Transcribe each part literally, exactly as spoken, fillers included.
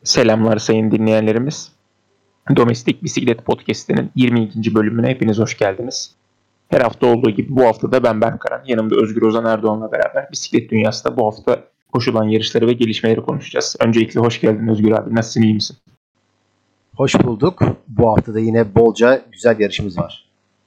Selamlar sayın dinleyenlerimiz. Domestik Bisiklet Podcast'inin yirmi ikinci bölümüne hepiniz hoş geldiniz. Her hafta olduğu gibi bu hafta da ben Berkaran, yanımda Özgür Ozan Erdoğan'la beraber bisiklet dünyasında bu hafta koşulan yarışları ve gelişmeleri konuşacağız. Öncelikle hoş geldin Özgür abi. Nasılsın, iyi misin? Hoş bulduk. Bu hafta da yine bolca güzel yarışımız var.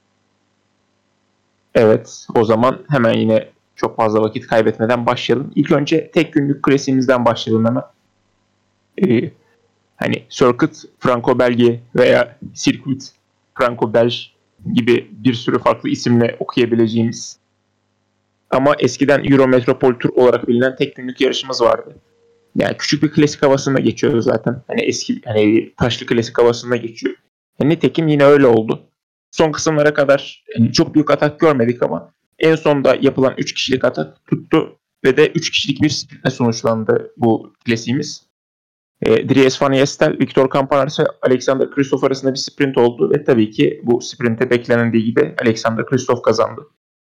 Evet, o zaman hemen yine çok fazla vakit kaybetmeden başlayalım. İlk önce tek günlük klasiğimizden başlayalım hemen. Ee, Hani Circuit Franco-Belge veya Circuit Franco-Belge gibi bir sürü farklı isimle okuyabileceğimiz ama eskiden Eurometropol Tour olarak bilinen tek günlük yarışımız vardı. Yani küçük bir klasik havasında geçiyor zaten. Hani eski hani taşlı klasik havasında geçiyor. Yani nitekim yine öyle oldu. Son kısımlara kadar yani çok büyük atak görmedik ama en sonda yapılan üç kişilik atak tuttu ve de üç kişilik bir sprintle sonuçlandı bu klasiğimiz. E, Dries Van Gestel, Victor Campenaerts ve Alexander Kristoff arasında bir sprint oldu ve tabii ki bu sprinte beklenendiği gibi Alexander Kristoff kazandı.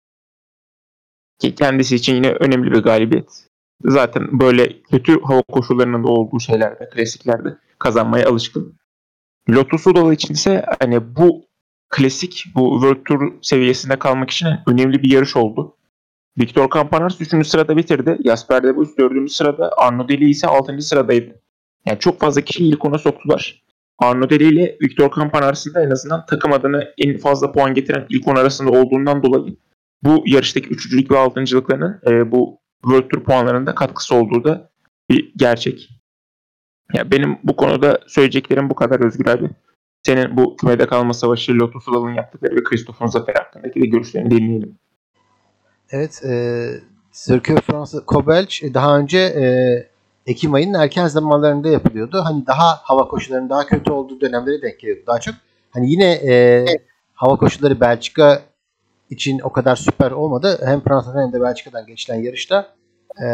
Ki kendisi için yine önemli bir galibiyet. Zaten böyle kötü hava koşullarının da olduğu şeylerde, klasiklerde kazanmaya alışkın. Lotto Soudal için ise hani bu klasik, bu World Tour seviyesinde kalmak için önemli bir yarış oldu. Victor Campenaerts üçüncü sırada bitirdi. Jasper De Bus dördüncü sırada, Arnaud Deli ise altıncı sıradaydı. Yani çok fazla kişi ilk ona soktular. Arnaud Deli ile Victor Campenaerts'in de en azından takım adına en fazla puan getiren ilk on arasında olduğundan dolayı bu yarıştaki üçüncülük ve altıncılıklarının e, bu World Tour puanlarında katkısı olduğu da bir gerçek. Ya benim bu konuda söyleyeceklerim bu kadar Özgür abi. Senin bu kümede kalma savaşı, Lotto Soudal'ın yaptıkları ve Christoph'un zaferi hakkındaki de görüşlerini dinleyelim. Evet, e, Circuit Franco-Belge daha önce e, Ekim ayının erken zamanlarında yapılıyordu. Hani daha hava koşullarının daha kötü olduğu dönemlere denk geliyordu daha çok. Hani yine e, hava koşulları Belçika için o kadar süper olmadı. Hem Fransa'dan hem de Belçika'dan geçilen yarışta e,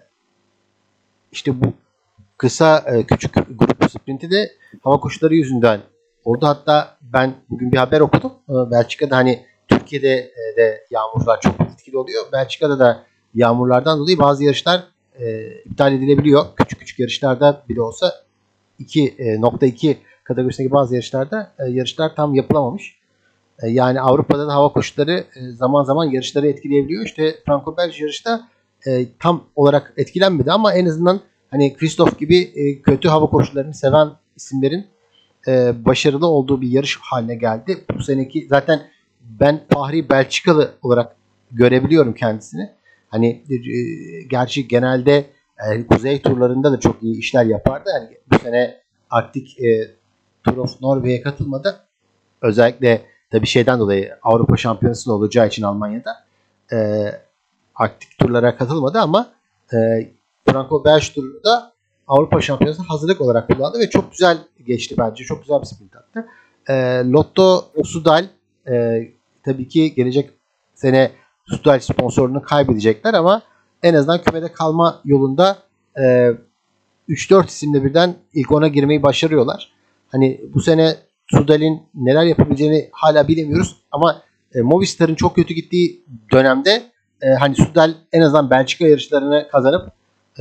işte bu kısa e, küçük grup sprinti de hava koşulları yüzünden oldu. Hatta ben bugün bir haber okudum. E, Belçika'da hani Türkiye'de e, de yağmurlar çok etkili oluyor. Belçika'da da yağmurlardan dolayı bazı yarışlar e, iptal edilebiliyor. Küçük küçük yarışlarda bile olsa iki nokta iki kategorisindeki bazı yarışlarda e, yarışlar tam yapılamamış. E, yani Avrupa'da da hava koşulları e, zaman zaman yarışları etkileyebiliyor. İşte Franco-Belge yarışta e, tam olarak etkilenmedi ama en azından hani Christoph gibi e, kötü hava koşullarını seven isimlerin e, başarılı olduğu bir yarış haline geldi. Bu seneki zaten ben Fahri Belçikalı olarak görebiliyorum kendisini. Hani e, gerçi genelde e, kuzey turlarında da çok iyi işler yapardı. Yani bu sene Arctic e, Tour of Norway'e katılmadı. Özellikle tabii şeyden dolayı Avrupa Şampiyonası'nda olacağı için Almanya'da e, Arctic turlara katılmadı ama e, Franco-Belge turunda Avrupa Şampiyonası hazırlık olarak kullandı ve çok güzel geçti bence. Çok güzel bir sprint attı. E, Lotto Soudal e, tabii ki gelecek sene Soudal sponsorluğunu kaybedecekler ama en azından kümede kalma yolunda e, üç dört isimle birden ilk ona girmeyi başarıyorlar. Hani bu sene Soudal'in neler yapabileceğini hala bilemiyoruz ama e, Movistar'ın çok kötü gittiği dönemde e, hani Soudal en azından Belçika yarışlarını kazanıp e,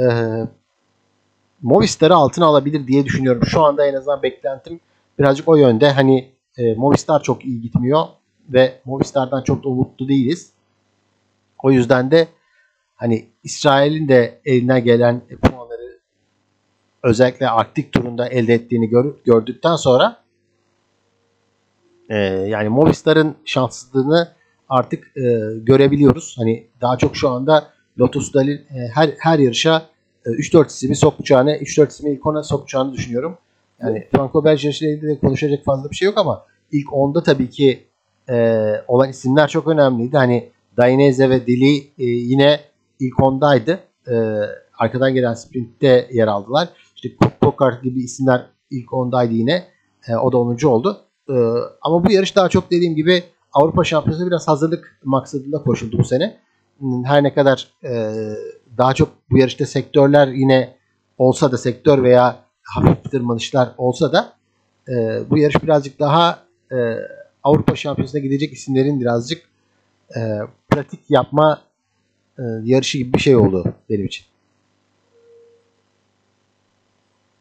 Movistar'ı altına alabilir diye düşünüyorum. Şu anda en azından beklentim birazcık o yönde. Hani e, Movistar çok iyi gitmiyor ve Movistar'dan çok da umutlu değiliz. O yüzden de hani İsrail'in de eline gelen puanları özellikle Arktik turunda elde ettiğini gör, gördükten sonra e, yani Movistar'ın şanssızlığını artık e, görebiliyoruz. Hani daha çok şu anda Lotus Dalil e, her her yarışa e, üç dört ismi sokacağını, üç dört ismi ilk ona sokacağını düşünüyorum. Yani Franco-Belge yarışıyla ilgili de konuşacak fazla bir şey yok ama ilk onda tabii ki e, olan isimler çok önemliydi. Hani Dainese ve Dili e, yine ilk ondaydı. E, arkadan gelen sprintte yer aldılar. İşte Kokart gibi isimler ilk ondaydı yine. E, o da onuncu oldu. E, ama bu yarış daha çok dediğim gibi Avrupa Şampiyonası biraz hazırlık maksadında koşuldu bu sene. Her ne kadar e, daha çok bu yarışta sektörler yine olsa da sektör veya hafif tırmanışlar olsa da e, bu yarış birazcık daha e, Avrupa Şampiyonası'na gidecek isimlerin birazcık e, pratik yapma e, yarışı gibi bir şey oldu benim için.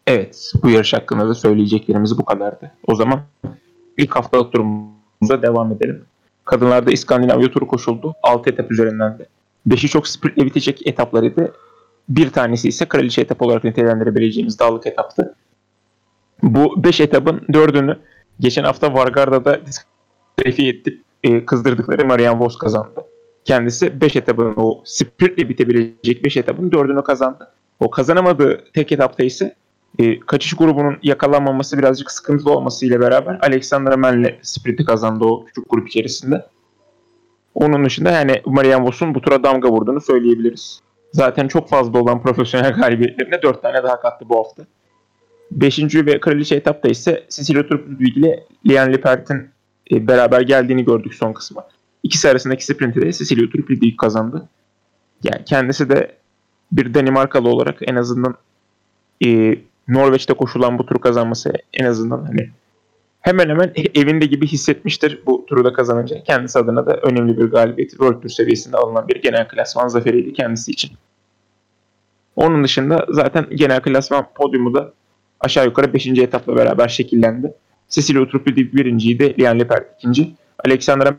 Evet, bu yarış hakkında da söyleyeceklerimiz bu kadardı. O zaman ilk haftalık turumuza devam edelim. Kadınlarda İskandinavya turu koşuldu. altı etap üzerinden de. beşi çok sprintle bitecek etaplarıydı. Bir tanesi ise kraliçe etap olarak nitelendirebileceğimiz dağlık etaptı. Bu beş etapın dördünü geçen hafta Vargarda'da diskalifiye edip e, kızdırdıkları Marianne Vos kazandı. Kendisi beş etapın, o sprintle bitebilecek beş etapın dördünü kazandı. O kazanamadığı tek etapta ise e, kaçış grubunun yakalanmaması birazcık sıkıntılı olmasıyla beraber Alexandra Men'le sprinti kazandı o küçük grup içerisinde. Onun dışında yani Marianne Vos'un bu tura damga vurduğunu söyleyebiliriz. Zaten çok fazla olan profesyonel galibiyetlerine dört tane daha kattı bu hafta. Beşinci ve kraliçe etapta ise Cecilia Uttrup-Ludwig ile Liane Leppert'in e, beraber geldiğini gördük son kısma. İkisi arasındaki sprinti de Cecilia Uttrup-Ludwig kazandı. Yani kendisi de bir Danimarkalı olarak en azından e, Norveç'te koşulan bu turu kazanması en azından hani hemen hemen evinde gibi hissetmiştir bu turu da kazanınca. Kendisi adına da önemli bir galibiyet. World Tour seviyesinde alınan bir genel klasman zaferiydi kendisi için. Onun dışında zaten genel klasman podyumu da aşağı yukarı beşinci etapla beraber şekillendi. Cecilia Uttrup-Ludwig birinciydi, Liane Lippert ikinci. Alexandra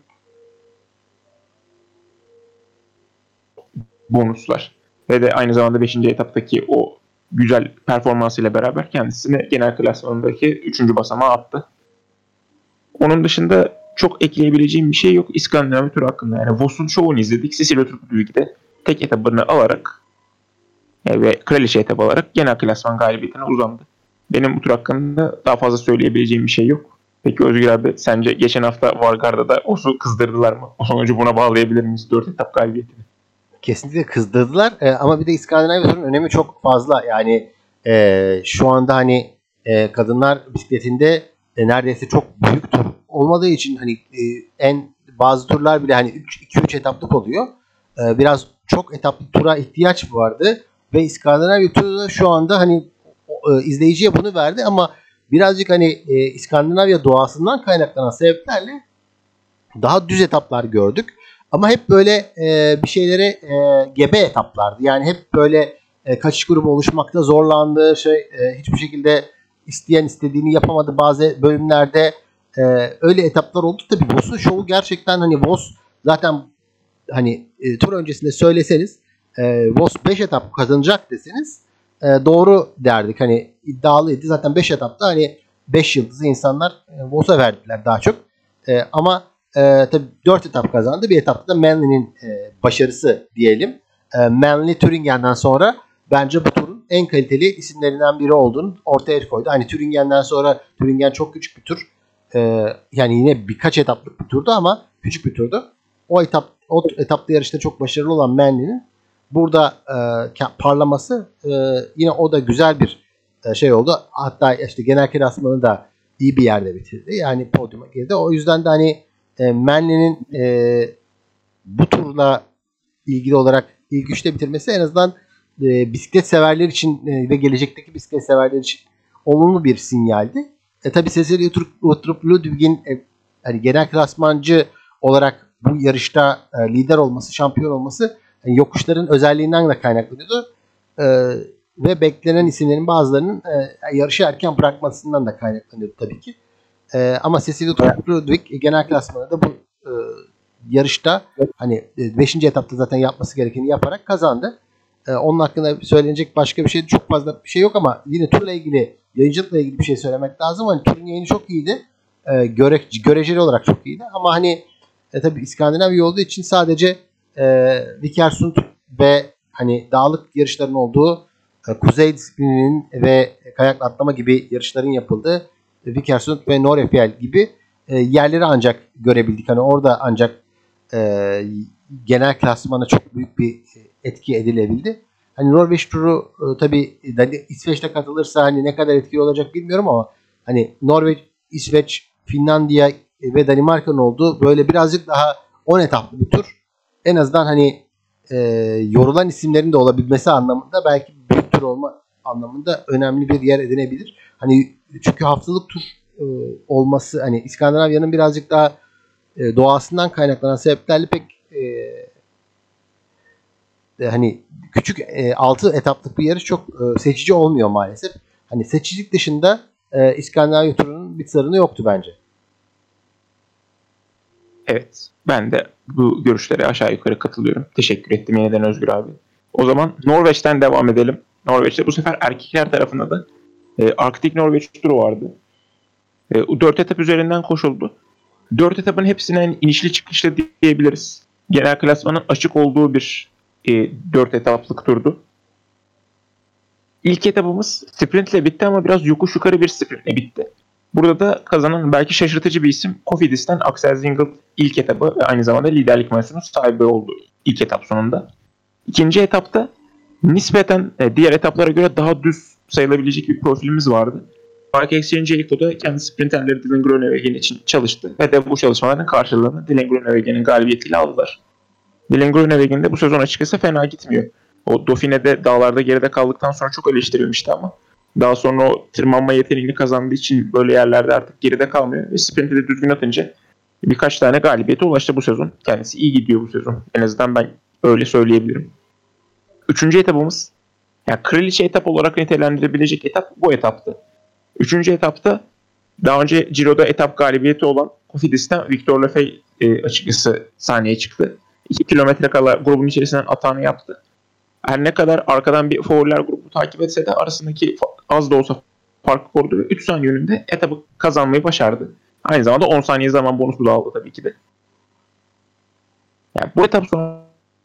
bonuslar ve de aynı zamanda beşinci etaptaki o güzel performansıyla beraber kendisini genel klasmanındaki üçüncü basamağa attı. Onun dışında çok ekleyebileceğim bir şey yok İskandinav turu hakkında. Yani Vos'un şovunu izledik. Cecilia Uttrup-Ludwig'de tek etabını alarak yani ve kraliçe etabı alarak genel klasman galibiyetine uzandı. Benim bu tur hakkında daha fazla söyleyebileceğim bir şey yok. Peki Özgür abi, sence geçen hafta Vargarda'da Vos'u kızdırdılar mı? O sonucu buna bağlayabilir miyiz dört etap galibiyetini? Kesinlikle kızdırdılar e, ama bir de İskandinavya turunun önemi çok fazla. Yani e, şu anda hani e, kadınlar bisikletinde e, neredeyse çok büyük tur olmadığı için hani e, en bazı turlar bile hani iki üç etaplık oluyor. E, biraz çok etaplı tura ihtiyaç vardı ve İskandinavya turu da şu anda hani e, izleyiciye bunu verdi ama birazcık hani e, İskandinavya doğasından kaynaklanan sebeplerle daha düz etaplar gördük. Ama hep böyle e, bir şeylere e, gebe etaplardı. Yani hep böyle e, kaçış grubu oluşmakta zorlandığı şey e, hiçbir şekilde isteyen istediğini yapamadı bazı bölümlerde. E, öyle etaplar oldu. Tabii Vos'un şovu gerçekten hani Vos zaten hani e, tur öncesinde söyleseniz e, Vos beş etap kazanacak deseniz e, doğru derdik. Hani iddialıydı. Zaten beş etapta hani beş yıldızı insanlar e, Vos'a verdiler daha çok. E, ama e, tabii dört etap kazandı. Bir etapta da Manly'nin e, başarısı diyelim. E, Manly Thüringen'den sonra bence bu turun en kaliteli isimlerinden biri olduğunu ortaya koydu. Hani Thüringen'den sonra Thüringen çok küçük bir tur. E, yani yine birkaç etaplık bir turdu ama küçük bir turdu. O etap o etapta yarışta çok başarılı olan Manly'nin burada e, parlaması e, yine o da güzel bir e, şey oldu. Hatta işte genel klasmanı da iyi bir yerde bitirdi. Yani podyuma girdi. O yüzden de hani e, Manly'nin e, bu turla ilgili olarak ilk üçte bitirmesi en azından e, bisiklet severler için e, ve gelecekteki bisiklet severler için olumlu bir sinyaldi. E tabi Cecilia Uttrup-Ludwig'in e, hani genel klasmancı olarak bu yarışta e, lider olması, şampiyon olması yani yokuşların özelliğinden de kaynaklanıyordu. E, ve beklenen isimlerin bazılarının e, yarışı erken bırakmasından da kaynaklanıyordu tabii ki. E, ama Cecilia Uttrup-Ludwig genel klasmanda da bu e, yarışta hani beşinci etapta zaten yapması gerekeni yaparak kazandı. E, onun hakkında söylenecek başka bir şey çok fazla bir şey yok ama yine turla ilgili, yayıncılıkla ilgili bir şey söylemek lazım. Hani turun yayını çok iyiydi. E, göre, göreceli olarak çok iyiydi ama hani e, tabii İskandinavya olduğu için sadece e, Vikersund ve hani dağlık yarışların olduğu e, kuzey disiplininin ve kayak atlama gibi yarışların yapıldığı e, Vikersund ve Norefjell gibi e, yerleri ancak görebildik. Hani orada ancak e, genel klasmana çok büyük bir etki edilebildi. Hani Norveç turu e, tabii İsveç'te katılırsa hani ne kadar etkili olacak bilmiyorum ama hani Norveç, İsveç, Finlandiya ve Danimarka'nın olduğu böyle birazcık daha on etaplı bir tur. En azından hani e, yorulan isimlerin de olabilmesi anlamında belki büyük tur olma anlamında önemli bir yer edinebilir. Hani çünkü haftalık tur e, olması hani İskandinavya'nın birazcık daha e, doğasından kaynaklanan sebeplerle pek e, e, hani küçük e, altı etaplık bir yarış çok e, seçici olmuyor maalesef. hani seçicilik dışında e, İskandinavya turunun bir sorunu yoktu bence. Evet. Ben de bu görüşlere aşağı yukarı katılıyorum. Teşekkür ettim yeniden Özgür abi. O zaman Norveç'ten devam edelim. Norveç'te bu sefer erkekler tarafında da e, Arktik Norveç turu vardı. E, o dört etap üzerinden koşuldu. Dört etapın hepsine inişli çıkışlı diyebiliriz. Genel klasmanın açık olduğu bir e, dört etaplık turdu. İlk etapımız sprintle bitti ama biraz yokuş yukarı bir sprintle bitti. Burada da kazanan belki şaşırtıcı bir isim Cofidis'ten Axel Zingel ilk etabı ve aynı zamanda liderlik maçının sahibi oldu ilk etap sonunda. İkinci etapta nispeten e, diğer etaplara göre daha düz sayılabilecek bir profilimiz vardı. Bike Exchange Eco da kendi sprinterleri Dylan Groenewegen için çalıştı ve de bu çalışmaların karşılığını Dylan Groenewegen'in galibiyetiyle aldılar. Dylan Groenewegen de bu sezon açıkçası fena gitmiyor. O Dauphine'de dağlarda geride kaldıktan sonra çok eleştirilmişti ama daha sonra o tırmanma yeteneğini kazandığı için böyle yerlerde artık geride kalmıyor ve sprinti de düzgün atınca birkaç tane galibiyete ulaştı bu sezon. Kendisi iyi gidiyor bu sezon. En azından ben öyle söyleyebilirim. Üçüncü etapımız, yani kraliçe etap olarak nitelendirebilecek etap bu etaptı. Üçüncü etapta daha önce Ciro'da etap galibiyeti olan Cofidis'ten Victor Lefay e, açıkçası sahneye çıktı. iki kilometre kala grubun içerisinden atağını yaptı. Her ne kadar arkadan bir favoriler grubu takip etse de arasındaki az da olsa fark korudu ve üç saniye önünde etabı kazanmayı başardı. Aynı zamanda on saniye zaman bonusu da aldı tabii ki de. Yani bu etap sonra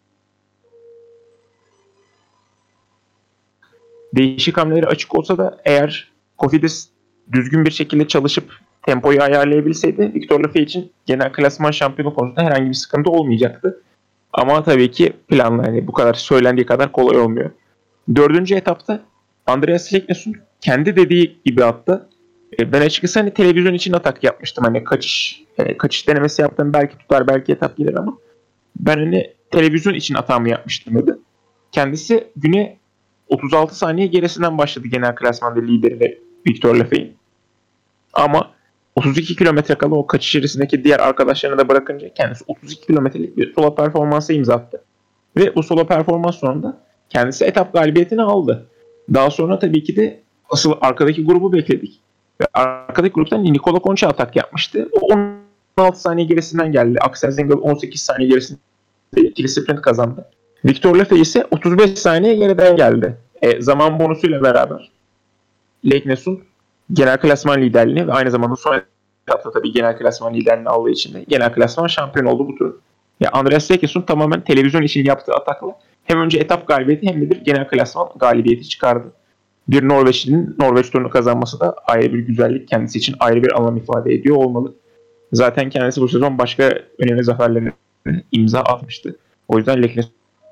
değişik hamleleri açık olsa da eğer Cofidis düzgün bir şekilde çalışıp tempoyu ayarlayabilseydi Victor Lefay için genel klasman şampiyonu konusunda herhangi bir sıkıntı olmayacaktı. Ama tabii ki planlı, hani bu kadar söylendiği kadar kolay olmuyor. Dördüncü etapta Andreas Leknesund kendi dediği gibi attı. Ben açıkçası hani televizyon için atak yapmıştım. Hani kaçış yani kaçış denemesi yaptım, belki tutar belki etap gelir ama ben hani televizyon için atağımı yapmıştım dedi. Kendisi güne otuz altı saniye gerisinden başladı genel klasmanda lideri ve Victor Lefay'in. Ama otuz iki kilometre kala o kaçış içerisindeki diğer arkadaşlarını da bırakınca kendisi otuz iki kilometrelik bir solo performansı imza attı. Ve bu solo performans sonunda kendisi etap galibiyetini aldı. Daha sonra tabii ki de asıl arkadaki grubu bekledik. Ve arkadaki gruptan Nikola Concha atak yapmıştı. O on altı saniye gerisinden geldi. Axel Zengel on sekiz saniye gerisinde ikili sprint kazandı. Victor Lefay ise otuz beş saniye geriden geldi. E, zaman bonusuyla beraber Leknesund genel klasman liderliğini ve aynı zamanda son etapta tabii genel klasman liderliğini aldığı için de genel klasman şampiyon oldu bu tur. Ya Andreas Leknesund tamamen televizyon için yaptığı atakla hem önce etap galibiyeti hem de bir genel klasman galibiyeti çıkardı. Bir Norveçli'nin Norveç turunu kazanması da ayrı bir güzellik, kendisi için ayrı bir anlam ifade ediyor olmalı. Zaten kendisi bu sezon başka önemli zaferlere imza atmıştı. O yüzden Leknesund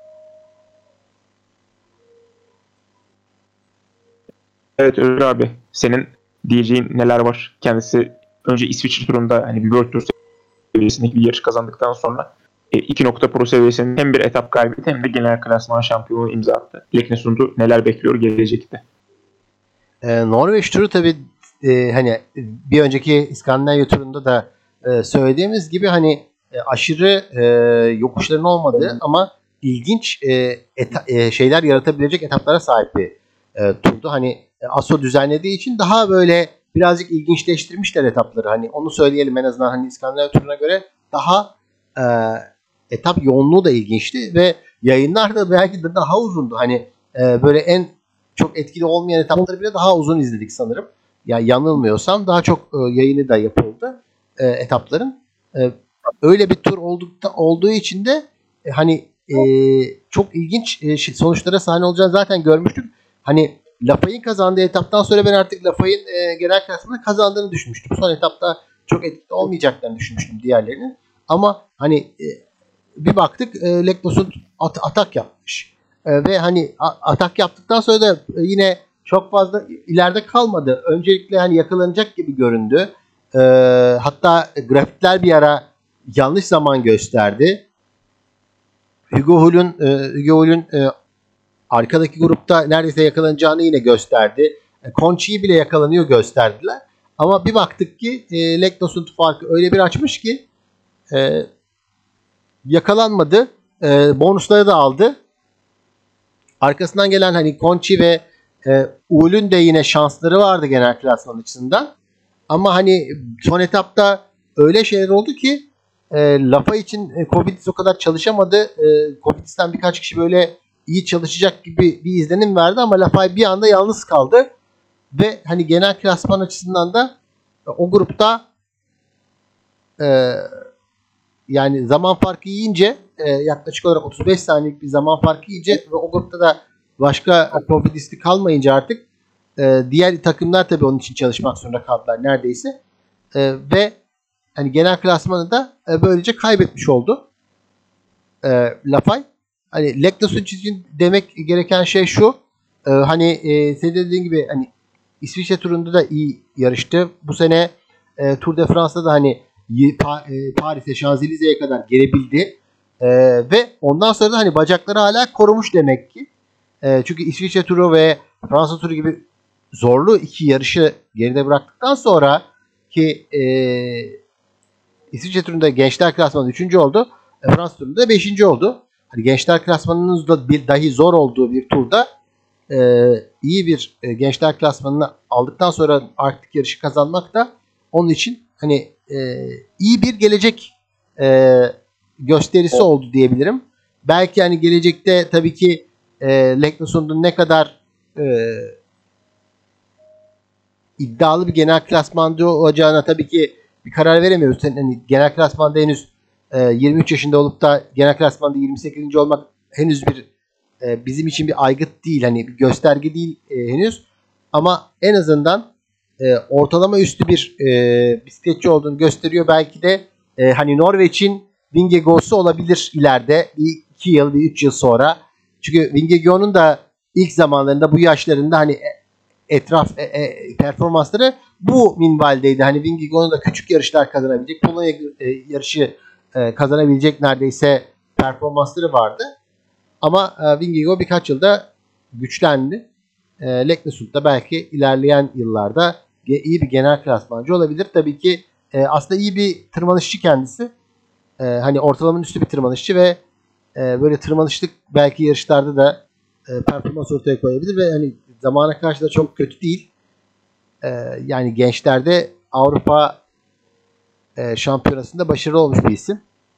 Evet Özgür abi, senin diyeceğin neler var? Kendisi önce İsviçre turunda hani bir World Tour seviyesindeki bir yarış kazandıktan sonra e, iki nokta pro seviyesinin hem bir etap galibiyeti hem de genel klasman şampiyonu imza attı. Leknesund'u neler bekliyor gelecekte? Ee, Norveç turu tabii e, hani bir önceki İskandinavya turunda da e, söylediğimiz gibi hani e, aşırı e, yokuşların olmadığı ama ilginç e, eta, e, şeyler yaratabilecek etaplara sahip bir e, turdu. Hani e, ASO düzenlediği için daha böyle birazcık ilginçleştirmişler etapları. Hani onu söyleyelim, en azından hani İskandinavya turuna göre daha e, etap yoğunluğu da ilginçti ve yayınlar da belki de daha uzundu. Hani e, böyle en çok etkili olmayan etapları bile daha uzun izledik sanırım. Ya yanılmıyorsam daha çok e, yayını da yapıldı e, etapların. E, öyle bir tur oldukta, olduğu için de e, hani e, çok ilginç e, sonuçlara sahne olacağını zaten görmüştük. Hani Lafay'ın kazandığı etaptan sonra ben artık Lafay'ın e, genel klasmanda kazandığını düşünmüştüm. Son etapta çok etkili olmayacaklarını düşünmüştüm diğerlerinin. Ama hani e, bir baktık e, Leknesund at, atak yapmış. E, ve hani a, atak yaptıktan sonra da e, yine çok fazla ileride kalmadı. Öncelikle hani yakalanacak gibi göründü. E, hatta grafikler bir ara yanlış zaman gösterdi. Hugo Hull'un e, Hugo Hull'un e, arkadaki grupta neredeyse yakalanacağını yine gösterdi. E, Conchi'yi bile yakalanıyor gösterdiler. Ama bir baktık ki e, Leknesund farkı öyle bir açmış ki e, yakalanmadı. E, bonusları da aldı. Arkasından gelen hani Conchi ve E, Uğur'un de yine şansları vardı genel klasman açısından. Ama hani son etapta öyle şeyler oldu ki e, Lafa için e, Kobidis o kadar çalışamadı. E, Kobidis'ten birkaç kişi böyle iyi çalışacak gibi bir izlenim verdi ama Lafa bir anda yalnız kaldı. Ve hani genel klasman açısından da e, o grupta e, yani zaman farkı yiyince e, yaklaşık olarak otuz beş saniyelik bir zaman farkı yiyince ve o grupta da başka Kobidis'li kalmayınca artık e, diğer takımlar tabii onun için çalışmak zorunda kaldılar neredeyse. E, ve hani genel klasmanı da e, böylece kaybetmiş oldu. E, Lafay. Hani Leknos'un için demek gereken şey şu. E, hani e, senin dediğin gibi hani İsviçre turunda da iyi yarıştı. Bu sene e, Tour de France'da da hani pa, e, Paris'e, Şanzelize'ye kadar gelebildi. E, ve ondan sonra da hani bacakları hala korumuş demek ki. E, çünkü İsviçre turu ve Fransa turu gibi zorlu iki yarışı geride bıraktıktan sonra ki e, İsviçre turunda gençler klasmanında üçüncü oldu. E, Fransa turunda beşinci oldu. Hani gençler klasmanının da bir dahi zor olduğu bir turda e, iyi bir e, gençler klasmanını aldıktan sonra Arktik yarışı kazanmak da onun için hani e, iyi bir gelecek e, gösterisi oldu diyebilirim. Belki hani gelecekte tabii ki e, Leknosund'un ne kadar e, iddialı bir genel klasmanda olacağına tabii ki bir karar veremiyoruz. Yani genel klasmanda henüz e, yirmi üç yaşında olup da genel klasmanda yirmi sekizinci olmak henüz bir e, bizim için bir aygıt değil. Hani bir gösterge değil e, henüz. Ama en azından e, ortalama üstü bir e, bisikletçi olduğunu gösteriyor. Belki de e, hani Norveç'in Vingegaard'su olabilir ileride. Bir iki yıl, bir üç yıl sonra. Çünkü Vingegaard'un da ilk zamanlarında bu yaşlarında hani etraf e, e, performansları bu minvaldeydi. Hani Vingegaard'un da küçük yarışlar kazanabilecek, Polonya e, yarışı e, kazanabilecek neredeyse performansları vardı. Ama e, Vingegaard birkaç yılda güçlendi. E, Leknesund da belki ilerleyen yıllarda iyi bir genel klasmancı olabilir. Tabii ki e, aslında iyi bir tırmanışçı kendisi. E, hani ortalamanın üstü bir tırmanışçı ve e, böyle tırmanışlık belki yarışlarda da e, performans ortaya koyabilir ve hani zamana karşı da çok kötü değil. E, yani gençlerde Avrupa e, şampiyonasında başarılı olmuş bir isim.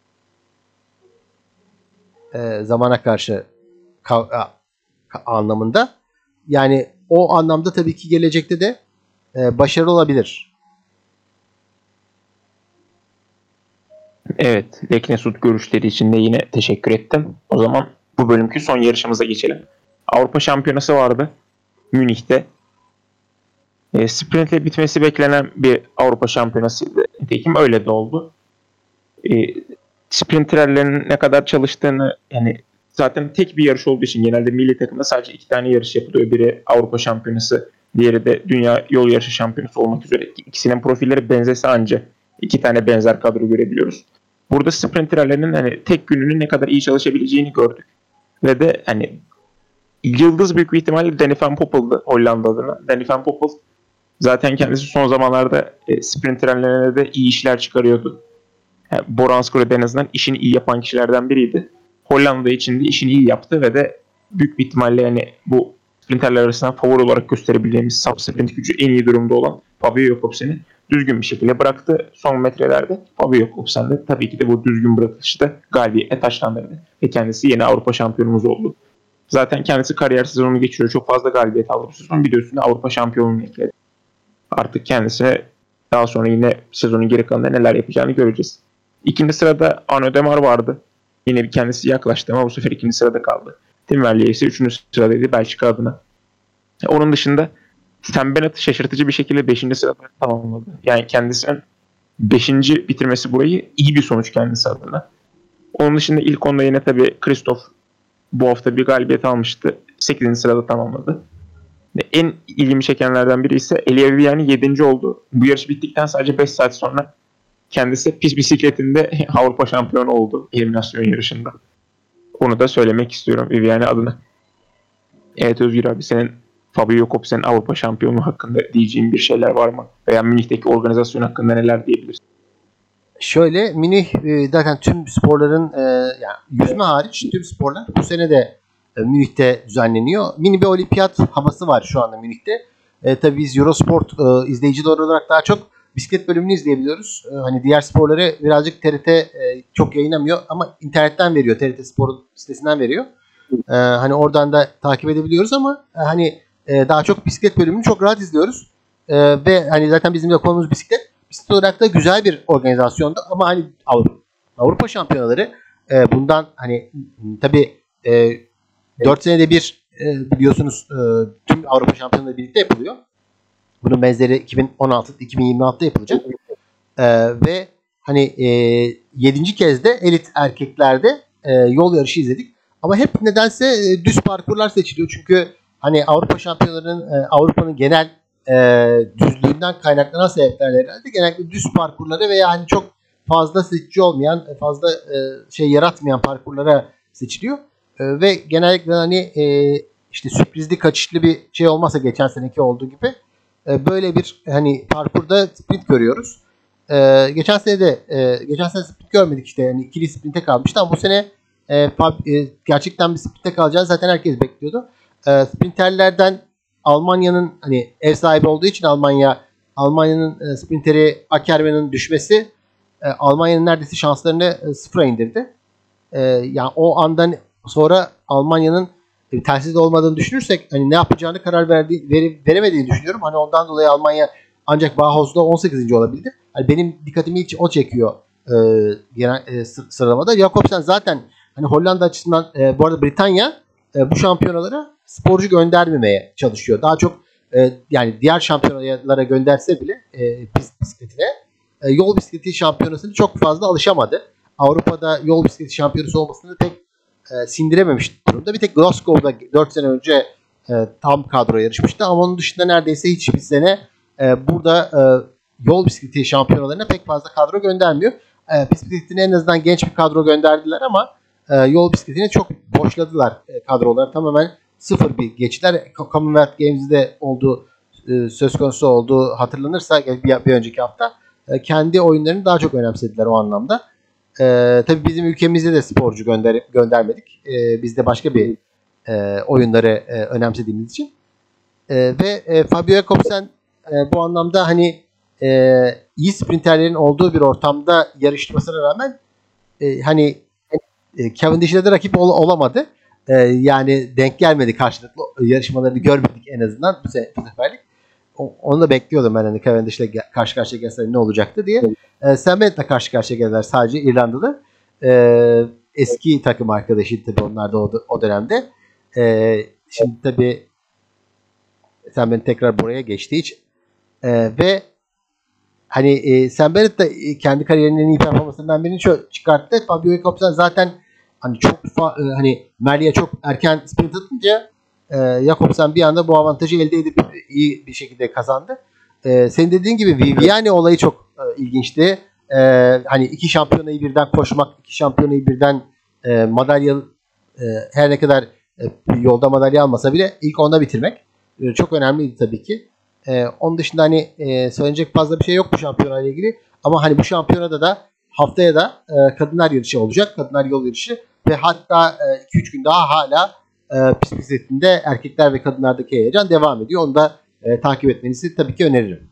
E, zamana karşı ka- ka- anlamında. Yani o anlamda tabii ki gelecekte de e, başarılı olabilir. Evet, Leknesund görüşleri için de yine teşekkür ettim. O zaman bu bölümkü son yarışımıza geçelim. Avrupa Şampiyonası vardı Münih'te. E, sprintle bitmesi beklenen bir Avrupa Şampiyonasıydı. Nitekim öyle de oldu. E, sprinterlerin ne kadar çalıştığını yani zaten tek bir yarış olduğu için genelde milli takımda sadece iki tane yarış yapılıyor. Biri Avrupa Şampiyonası, diğeri de Dünya Yol Yarışı Şampiyonası olmak üzere. İkisinin profilleri benzese anca iki tane benzer kadro görebiliyoruz. Burada sprinterlerin hani tek gününün ne kadar iyi çalışabileceğini gördük. Ve de hani yıldız büyük bir ihtimalle Danny van Poppel'dı Hollanda adına. Danny van Poppel zaten kendisi son zamanlarda e, sprinterlerine de iyi işler çıkarıyordu. Yani Boransko'da en azından işini iyi yapan kişilerden biriydi. Hollanda için de işini iyi yaptı ve de büyük bir ihtimalle yani bu sprinterler arasından favori olarak gösterebileceğimiz sub sprint gücü en iyi durumda olan Fabio Jakobsen'i düzgün bir şekilde bıraktı son metrelerde. Fabio Jakobsen de tabii ki de bu düzgün bırakışı da galibiyete taşlandırdı ve kendisi yeni Avrupa şampiyonumuz oldu. Zaten kendisi kariyer sezonunu geçiriyor. Çok fazla galibiyet aldı bu sezon. Bir de üstüne Avrupa şampiyonluğunu ekledi. Artık kendisine daha sonra yine sezonun geri kalanında neler yapacağını göreceğiz. İkinci sırada Arnaud Démare vardı. Yine bir kendisi yaklaştı ama bu sefer ikinci sırada kaldı. Tim Merlier ise üçüncü sıradaydı Belçika adına. Onun dışında Sam Bennett şaşırtıcı bir şekilde beşinci sırada tamamladı. Yani kendisinin beşinci bitirmesi burayı iyi bir sonuç kendisi adına. Onun dışında ilk onda yine tabii Christoph bu hafta bir galibiyet almıştı. sekizinci sırada tamamladı. En ilgimi çekenlerden biri ise Elia Viviani yedinci oldu. Bu yarış bittikten sadece beş saat sonra kendisi pist bisikletinde Avrupa şampiyonu oldu eliminasyon yarışında. Onu da söylemek istiyorum Viviani adına. Evet Özgür abi, senin Fabio Jakobsen'in Avrupa şampiyonu hakkında diyeceğin bir şeyler var mı? Veya Münih'teki organizasyon hakkında neler diyebilirsin? Şöyle Münih e, zaten tüm sporların e, yani yüzme hariç tüm sporlar bu sene de e, Münih'te düzenleniyor. Mini bir olimpiyat havası var şu anda Münih'te. E, tabii biz Eurosport e, izleyiciler olarak daha çok bisiklet bölümünü izleyebiliyoruz. E, hani diğer sporları birazcık T R T e, çok yayınlamıyor ama internetten veriyor. T R T Spor'un sitesinden veriyor. E, hani oradan da takip edebiliyoruz ama e, hani e, daha çok bisiklet bölümünü çok rahat izliyoruz. E, ve hani zaten bizim de konumuz bisiklet. Bisiklet olarak da güzel bir organizasyondu ama hani Avrupa, Avrupa şampiyonaları e, bundan hani tabii e, dört senede bir e, biliyorsunuz e, tüm Avrupa şampiyonaları birlikte yapılıyor. Bunun benzeri iki bin on altı iki bin yirmi altıda yapılacak. E, ve hani e, yedinci kez de elit erkeklerde e, yol yarışı izledik. Ama hep nedense e, düz parkurlar seçiliyor. Çünkü hani Avrupa şampiyonalarının e, Avrupa'nın genel e, düzlüğünden kaynaklanan sebeplerle herhalde genellikle düz parkurları veya hani çok fazla seçici olmayan, fazla e, şey yaratmayan parkurlara seçiliyor. E, ve genellikle hani e, işte sürprizli kaçışlı bir şey olmazsa geçen seneki olduğu gibi e, böyle bir hani parkurda sprint görüyoruz. E, geçen sene de e, geçen sene sprint görmedik işte yani ikili sprinte kalmıştı ama bu sene e, e, gerçekten bir sprinte kalacağını zaten herkes bekliyordu. E, sprinterlerden Almanya'nın hani ev sahibi olduğu için Almanya Almanya'nın e, sprinteri Ackermann'ın düşmesi e, Almanya'nın neredeyse şanslarını e, sıfıra indirdi. E, yani o andan sonra Almanya'nın e, telsiz olmadığını düşünürsek hani ne yapacağını karar verdi, vere, veremediğini düşünüyorum. Hani ondan dolayı Almanya ancak Bauhaus'da on sekizinci olabildi. Yani benim dikkatimi ilk o çekiyor e, genel e, sıralamada. Jakobsen zaten hani Hollanda açısından e, bu arada Britanya e, bu şampiyonalara sporcu göndermemeye çalışıyor. Daha çok e, yani diğer şampiyonalara gönderse bile e, pist bisikletine e, yol bisikleti şampiyonasını çok fazla alışamadı. Avrupa'da yol bisikleti şampiyonası olmasını pek e, sindirememiş durumda. Bir tek Glasgow'da dört sene önce e, tam kadro yarışmıştı ama onun dışında neredeyse hiçbir sene e, burada e, yol bisikleti şampiyonalarına pek fazla kadro göndermiyor. E, pist bisikletine en azından genç bir kadro gönderdiler ama e, yol bisikletini çok boşladılar e, kadroları. Tamamen sıfır bir geçtiler. Commonwealth Games'de olduğu e, söz konusu olduğu hatırlanırsa bir, bir önceki hafta e, kendi oyunlarını daha çok önemsediler o anlamda. E, tabii bizim ülkemizde de sporcu gönder göndermedik. E, biz de başka bir e, oyunları e, önemsediğimiz için. E, ve e, Fabio Jakobsen e, bu anlamda hani e, iyi sprinterlerin olduğu bir ortamda yarışmasına rağmen e, hani e, Cavendish'le de rakip ol, olamadı. E, yani denk gelmedi karşılıklı yarışmalarını görmedik en azından bu, se- bu seferlik. O, onu da bekliyordum ben hani Cavendish'le gel- karşı karşıya gelseler ne olacaktı diye. E, Sam Bennett'le karşı karşıya geldiler sadece İrlandalı. E, eski takım arkadaşı tabii onlar da o, o dönemde. E, şimdi tabii Sam Bennett tekrar buraya geçtiği için e, ve hani e, Sam Bennett de kendi kariyerinin en iyi performanslarından birini şu çıkarttı. Fabio Jakobsen zaten hani çok fa- e, hani Merli'ye çok erken sprint atınca e, Jakobsen bir anda bu avantajı elde edip iyi bir şekilde kazandı. E, senin dediğin gibi Viviani olayı çok e, ilginçti. E, hani iki şampiyonayı birden koşmak, iki şampiyonayı birden e, madalya e, her ne kadar e, yolda madalya almasa bile ilk onda bitirmek e, çok önemliydi tabii ki. Ee, onun dışında hani e, söylenecek fazla bir şey yok bu şampiyona ile ilgili. Ama hani bu şampiyonada da haftaya da e, kadınlar yarışı olacak. Kadınlar yol yarışı ve hatta iki üç gün daha hala e, pist bisikletinde erkekler ve kadınlardaki heyecan devam ediyor. Onu da e, takip etmenizi tabii ki öneririm.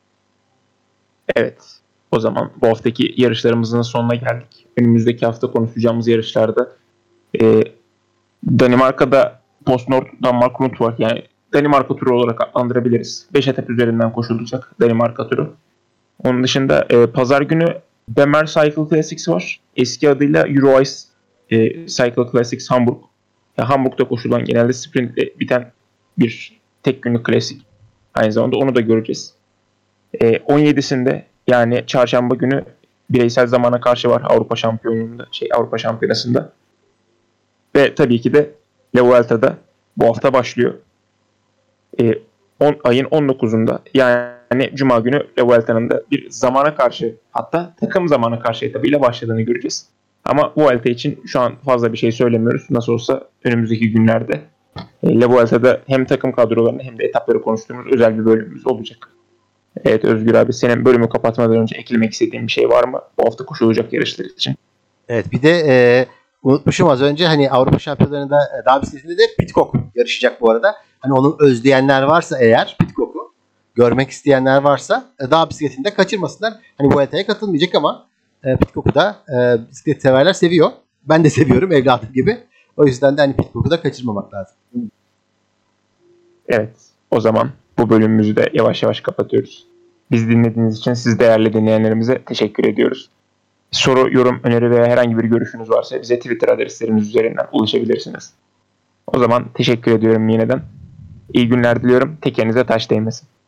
Evet. O zaman bu haftaki yarışlarımızın sonuna geldik. Önümüzdeki hafta konuşacağımız yarışlarda e, Danimarka'da PostNord Danmark Rund var. Yani Danimarka turu olarak adlandırabiliriz. beş etap üzerinden koşulacak Danimarka turu. Onun dışında e, pazar günü Bemmer Cycle Classics var. Eski adıyla Euro Ice e, Cycle Classics Hamburg. Ya, Hamburg'da koşulan genelde sprintle biten bir tek günlük klasik. Aynı zamanda onu da göreceğiz. E, on yedisinde yani çarşamba günü bireysel zamana karşı var Avrupa Şampiyonluğunda, şey Avrupa Şampiyonası'nda. Ve tabii ki de La Vuelta'da bu hafta başlıyor. E, on, ayın on dokuzunda yani Cuma günü La Vuelta'nın da bir zamana karşı, hatta takım zamana karşı etabıyla başladığını göreceğiz. Ama Vuelta için şu an fazla bir şey söylemiyoruz. Nasıl olsa önümüzdeki günlerde e, La Vuelta'da hem takım kadrolarını hem de etapları konuştuğumuz özel bir bölümümüz olacak. Evet Özgür abi, senin bölümü kapatmadan önce eklemek istediğin bir şey var mı bu hafta koşulacak yarışlar için? Evet bir de e, unutmuşum az önce, hani Avrupa Şampiyonları'nda e, dağ bisikletinde de Pidcock yarışacak bu arada. Hani onu özleyenler varsa eğer, Pidcock'u görmek isteyenler varsa e, dağ bisikletinde kaçırmasınlar. Hani Vuelta'ya katılmayacak ama e, Pidcock'u da e, bisiklet severler seviyor. Ben de seviyorum evladım gibi. O yüzden de hani Pidcock'u da kaçırmamak lazım. Evet. O zaman bu bölümümüzü de yavaş yavaş kapatıyoruz. Biz dinlediğiniz için siz değerli dinleyenlerimize teşekkür ediyoruz. Soru, yorum, öneri veya herhangi bir görüşünüz varsa bize Twitter adreslerimiz üzerinden ulaşabilirsiniz. O zaman teşekkür ediyorum yeniden. İyi günler diliyorum. Tekerinize taş değmesin.